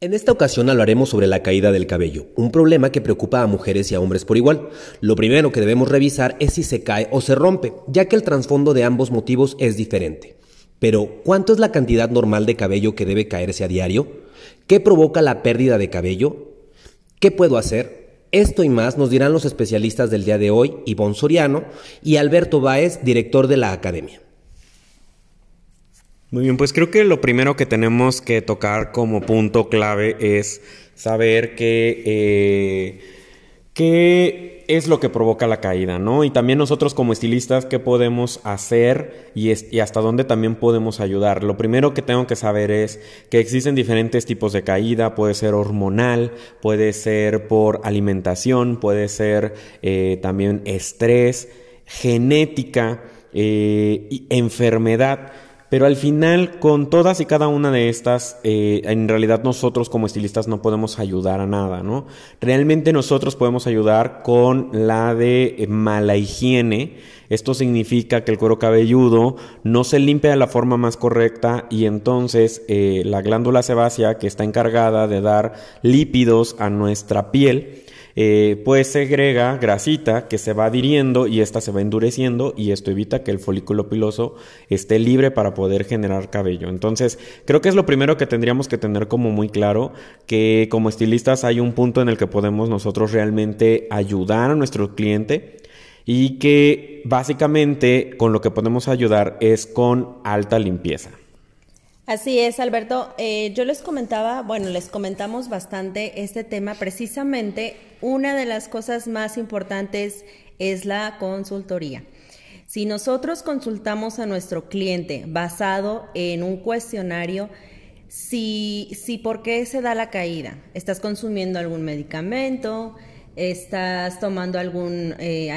En esta ocasión hablaremos sobre la caída del cabello, un problema que preocupa a mujeres y a hombres por igual. Lo primero que debemos revisar es si se cae o se rompe, ya que el trasfondo de ambos motivos es diferente. Pero, ¿cuánto es la cantidad normal de cabello que debe caerse a diario? ¿Qué provoca la pérdida de cabello? ¿Qué puedo hacer? Esto y más nos dirán los especialistas del día de hoy, Ivonne Soriano y Alberto Báez, director de la Academia. Muy bien, pues creo que lo primero que tenemos que tocar como punto clave es saber qué es lo que provoca la caída, ¿no? Y también nosotros como estilistas, qué podemos hacer y hasta dónde también podemos ayudar. Lo primero que tengo que saber es que existen diferentes tipos de caída. Puede ser hormonal, puede ser por alimentación, puede ser también estrés, genética, enfermedad. Pero al final, con todas y cada una de estas, en realidad nosotros como estilistas no podemos ayudar a nada, ¿no? Realmente nosotros podemos ayudar con la de mala higiene. Esto significa que el cuero cabelludo no se limpia de la forma más correcta y entonces la glándula sebácea, que está encargada de dar lípidos a nuestra piel, pues segrega grasita que se va adhiriendo y esta se va endureciendo y esto evita que el folículo piloso esté libre para poder generar cabello. Entonces creo que es lo primero que tendríamos que tener como muy claro, que como estilistas hay un punto en el que podemos nosotros realmente ayudar a nuestro cliente y que básicamente con lo que podemos ayudar es con alta limpieza. Así es, Alberto. Yo les comentamos bastante este tema. Precisamente, una de las cosas más importantes es la consultoría. Si nosotros consultamos a nuestro cliente basado en un cuestionario, si por qué se da la caída, ¿estás consumiendo algún medicamento? ¿Estás tomando algún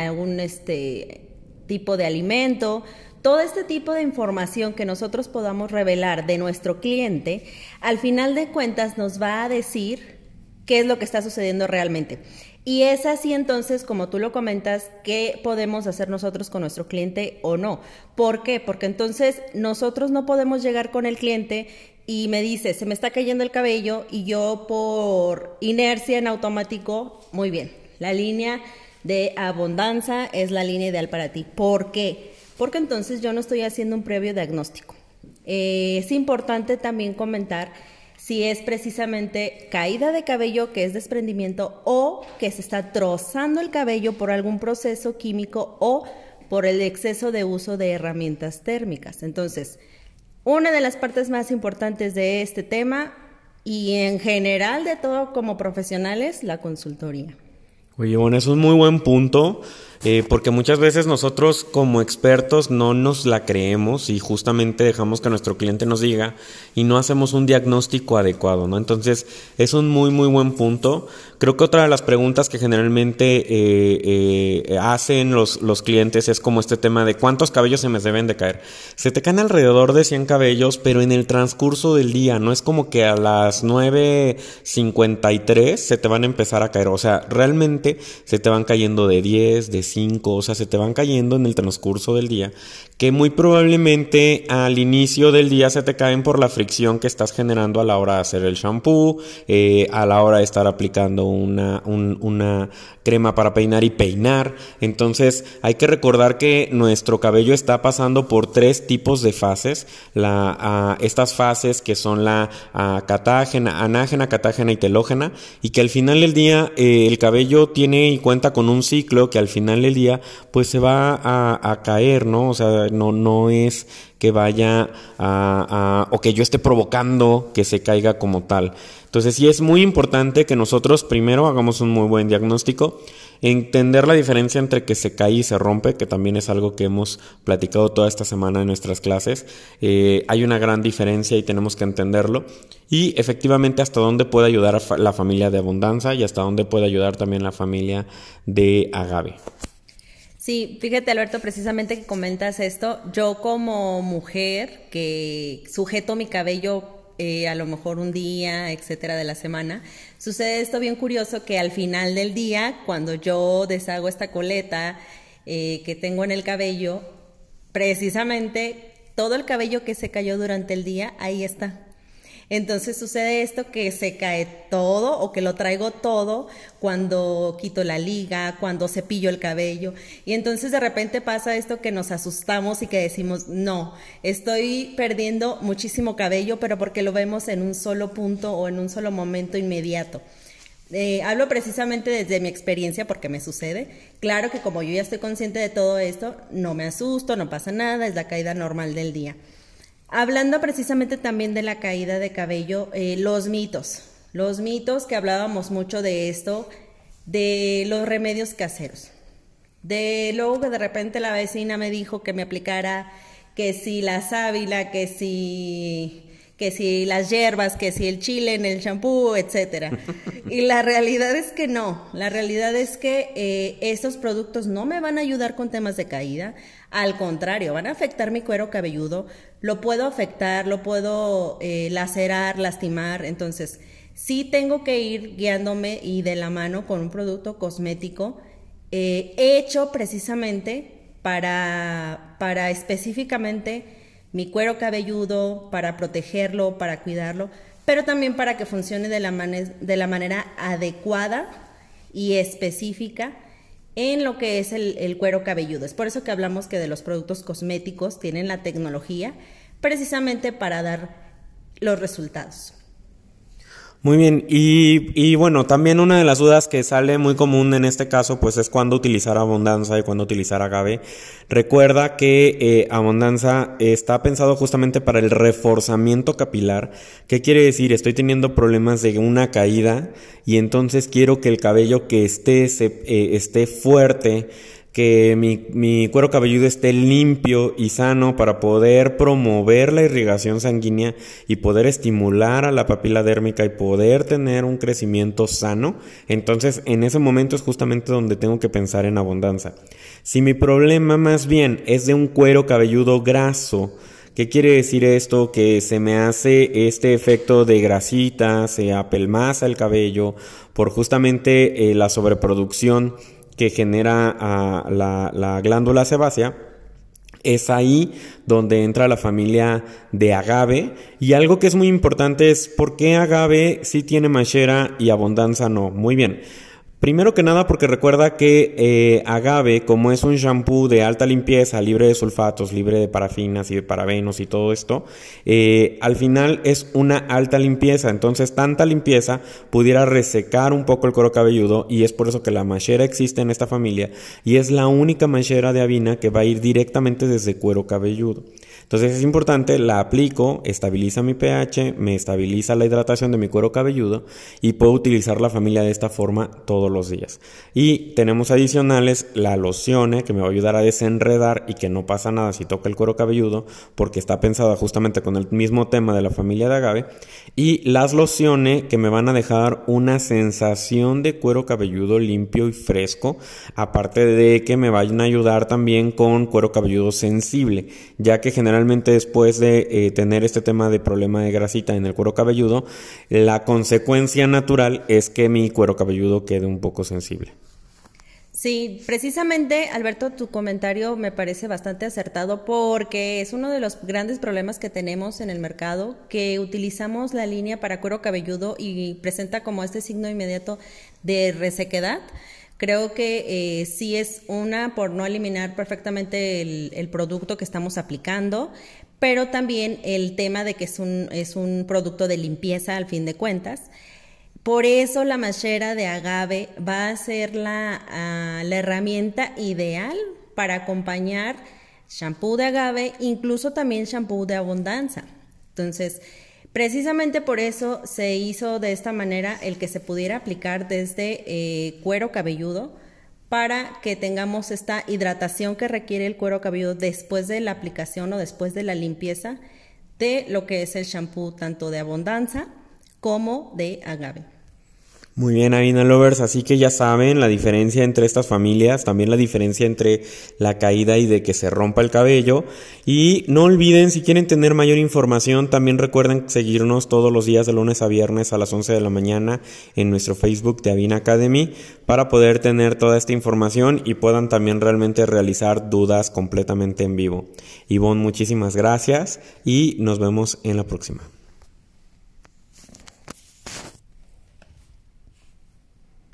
tipo de alimento? Todo este tipo de información que nosotros podamos revelar de nuestro cliente, al final de cuentas nos va a decir qué es lo que está sucediendo realmente. Y es así entonces, como tú lo comentas, qué podemos hacer nosotros con nuestro cliente o no. ¿Por qué? Porque entonces nosotros no podemos llegar con el cliente y me dice, se me está cayendo el cabello y yo por inercia en automático, muy bien, la línea de Abondanza es la línea ideal para ti. ¿Por qué? Porque entonces yo no estoy haciendo un previo diagnóstico. Es importante también comentar si es precisamente caída de cabello, que es desprendimiento, o que se está trozando el cabello por algún proceso químico o por el exceso de uso de herramientas térmicas. Entonces, una de las partes más importantes de este tema y en general de todo como profesionales, la consultoría. Oye, bueno, eso es un muy buen punto, porque muchas veces nosotros como expertos no nos la creemos y justamente dejamos que nuestro cliente nos diga y no hacemos un diagnóstico adecuado, ¿no? Entonces, es un muy, muy buen punto. Creo que otra de las preguntas que generalmente hacen los clientes es como este tema de ¿cuántos cabellos se me deben de caer? Se te caen alrededor de 100 cabellos, pero en el transcurso del día, no es como que a las 9:53 se te van a empezar a caer, o sea, realmente se te van cayendo de 10, de 5, o sea, se te van cayendo en el transcurso del día, que muy probablemente al inicio del día se te caen por la fricción que estás generando a la hora de hacer el shampoo, a la hora de estar aplicando una crema para peinar y peinar. Entonces hay que recordar que nuestro cabello está pasando por 3 tipos de fases. Estas fases que son la catágena, anágena, catágena y telógena, y que al final del día el cabello tiene y cuenta con un ciclo que al final del día pues se va a caer, ¿no? O sea, no es que vaya o que yo esté provocando que se caiga como tal. Entonces sí es muy importante que nosotros primero hagamos un muy buen diagnóstico, entender la diferencia entre que se cae y se rompe, que también es algo que hemos platicado toda esta semana en nuestras clases. Hay una gran diferencia y tenemos que entenderlo, y efectivamente hasta dónde puede ayudar a la familia de Abondanza y hasta dónde puede ayudar también la familia de Agave. Sí, fíjate, Alberto, precisamente que comentas esto, yo como mujer que sujeto mi cabello a lo mejor un día, etcétera, de la semana, sucede esto bien curioso que al final del día, cuando yo deshago esta coleta que tengo en el cabello, precisamente todo el cabello que se cayó durante el día, ahí está. Entonces sucede esto que se cae todo o que lo traigo todo cuando quito la liga, cuando cepillo el cabello. Y entonces de repente pasa esto que nos asustamos y que decimos, no, estoy perdiendo muchísimo cabello, pero porque lo vemos en un solo punto o en un solo momento inmediato. Hablo precisamente desde mi experiencia porque me sucede. Claro que como yo ya estoy consciente de todo esto, no me asusto, no pasa nada, es la caída normal del día. Hablando precisamente también de la caída de cabello, los mitos que hablábamos mucho de esto, de los remedios caseros. Luego que de repente la vecina me dijo que me aplicara que si la sábila, que si las hierbas, que si el chile en el champú, etcétera. Y la realidad es que no. La realidad es que estos productos no me van a ayudar con temas de caída. Al contrario, van a afectar mi cuero cabelludo. Lo puedo afectar, lo puedo lacerar, lastimar. Entonces, sí tengo que ir guiándome y de la mano con un producto cosmético hecho precisamente para específicamente mi cuero cabelludo, para protegerlo, para cuidarlo, pero también para que funcione de la manera adecuada y específica en lo que es el cuero cabelludo. Es por eso que hablamos que de los productos cosméticos tienen la tecnología precisamente para dar los resultados. Muy bien, y bueno, también una de las dudas que sale muy común en este caso, pues es cuándo utilizar Abondanza y cuándo utilizar Agave. Recuerda que Abondanza está pensado justamente para el reforzamiento capilar. ¿Qué quiere decir? Estoy teniendo problemas de una caída y entonces quiero que el cabello que esté fuerte, que mi cuero cabelludo esté limpio y sano para poder promover la irrigación sanguínea y poder estimular a la papila dérmica y poder tener un crecimiento sano. Entonces, en ese momento es justamente donde tengo que pensar en Abondanza. Si mi problema más bien es de un cuero cabelludo graso, ¿qué quiere decir esto? Que se me hace este efecto de grasita, se apelmaza el cabello por justamente la sobreproducción que genera la glándula sebácea. Es ahí donde entra la familia de Agave. Y algo que es muy importante es ¿por qué Agave sí tiene manchera y Abondanza no? Muy bien. Primero que nada porque recuerda que Agave, como es un shampoo de alta limpieza, libre de sulfatos, libre de parafinas y de parabenos y todo esto, al final es una alta limpieza. Entonces tanta limpieza pudiera resecar un poco el cuero cabelludo y es por eso que la manchera existe en esta familia y es la única manchera de Avina que va a ir directamente desde cuero cabelludo. Entonces es importante, la aplico, estabiliza mi pH, me estabiliza la hidratación de mi cuero cabelludo y puedo utilizar la familia de esta forma todos los días. Y tenemos adicionales la loción que me va a ayudar a desenredar y que no pasa nada si toca el cuero cabelludo porque está pensada justamente con el mismo tema de la familia de Agave. Y las lociones que me van a dejar una sensación de cuero cabelludo limpio y fresco, aparte de que me vayan a ayudar también con cuero cabelludo sensible, ya que generalmente después de tener este tema de problema de grasita en el cuero cabelludo, la consecuencia natural es que mi cuero cabelludo quede un poco sensible. Sí, precisamente, Alberto, tu comentario me parece bastante acertado porque es uno de los grandes problemas que tenemos en el mercado, que utilizamos la línea para cuero cabelludo y presenta como este signo inmediato de resequedad. Creo que sí es por no eliminar perfectamente el producto que estamos aplicando, pero también el tema de que es un producto de limpieza al fin de cuentas. Por eso la manchera de Agave va a ser la herramienta ideal para acompañar shampoo de Agave, incluso también shampoo de Abondanza. Entonces, precisamente por eso se hizo de esta manera el que se pudiera aplicar desde cuero cabelludo para que tengamos esta hidratación que requiere el cuero cabelludo después de la aplicación o después de la limpieza de lo que es el shampoo tanto de Abondanza como de Agave. Muy bien, Avina Lovers, así que ya saben la diferencia entre estas familias, también la diferencia entre la caída y de que se rompa el cabello. Y no olviden, si quieren tener mayor información, también recuerden seguirnos todos los días de lunes a viernes a las 11 de la mañana en nuestro Facebook de Avina Academy para poder tener toda esta información y puedan también realmente realizar dudas completamente en vivo. Ivonne, muchísimas gracias y nos vemos en la próxima.